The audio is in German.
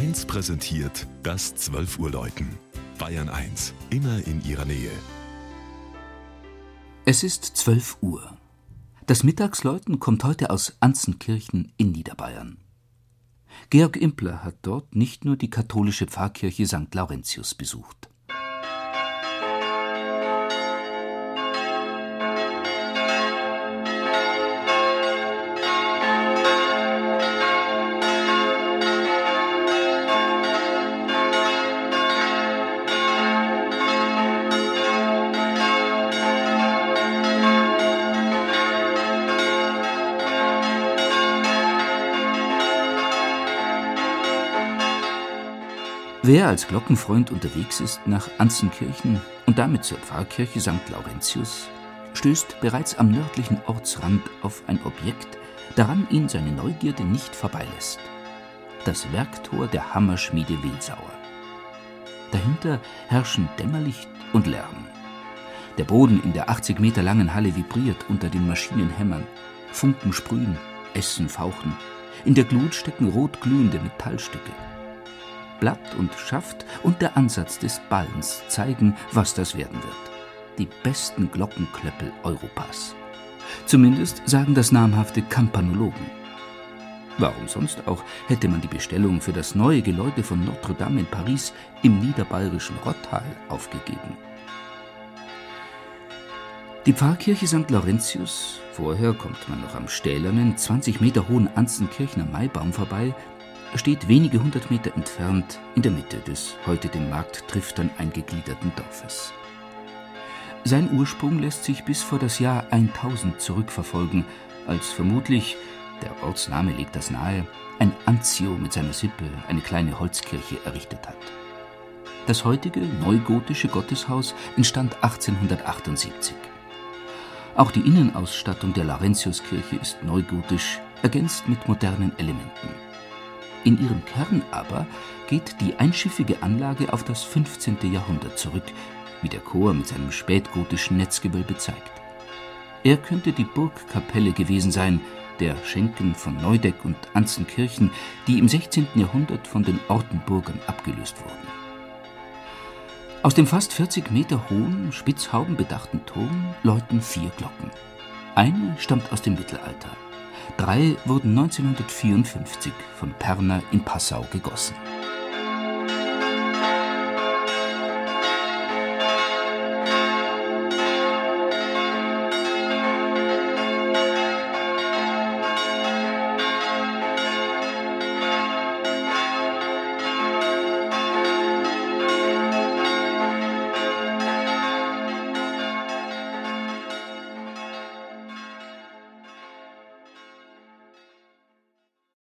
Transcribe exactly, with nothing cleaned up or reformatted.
eins präsentiert das zwölf Uhr Läuten. Bayern eins, immer in ihrer Nähe. Es ist zwölf Uhr. Das Mittagsläuten kommt heute aus Anzenkirchen in Niederbayern. Georg Impler hat dort nicht nur die katholische Pfarrkirche Sankt Laurentius besucht. Wer als Glockenfreund unterwegs ist nach Anzenkirchen und damit zur Pfarrkirche Sankt Laurentius, stößt bereits am nördlichen Ortsrand auf ein Objekt, daran ihn seine Neugierde nicht vorbeilässt: das Werktor der Hammerschmiede Wilsauer. Dahinter herrschen Dämmerlicht und Lärm. Der Boden in der achtzig Meter langen Halle vibriert unter den Maschinenhämmern. Funken sprühen, Essen fauchen. In der Glut stecken rotglühende Metallstücke. Blatt und Schaft und der Ansatz des Ballens zeigen, was das werden wird. Die besten Glockenklöppel Europas. Zumindest sagen das namhafte Campanologen. Warum sonst auch hätte man die Bestellung für das neue Geläute von Notre Dame in Paris im niederbayerischen Rottal aufgegeben? Die Pfarrkirche Sankt Laurentius, vorher kommt man noch am stählernen, zwanzig Meter hohen Anzenkirchener Maibaum vorbei, steht wenige hundert Meter entfernt in der Mitte des heute dem Markt Triftern eingegliederten Dorfes. Sein Ursprung lässt sich bis vor das Jahr tausend zurückverfolgen, als vermutlich, der Ortsname legt das nahe, ein Anzio mit seiner Sippe eine kleine Holzkirche errichtet hat. Das heutige neugotische Gotteshaus entstand achtzehnhundertachtundsiebzig. Auch die Innenausstattung der Laurentiuskirche ist neugotisch, ergänzt mit modernen Elementen. In ihrem Kern aber geht die einschiffige Anlage auf das fünfzehnte Jahrhundert zurück, wie der Chor mit seinem spätgotischen Netzgewölbe zeigt. Er könnte die Burgkapelle gewesen sein, der Schenken von Neudeck und Anzenkirchen, die im sechzehnten Jahrhundert von den Ortenburgern abgelöst wurden. Aus dem fast vierzig Meter hohen, spitzhaubenbedachten Turm läuten vier Glocken. Eine stammt aus dem Mittelalter. Drei wurden neunzehnhundertvierundfünfzig von Perner in Passau gegossen.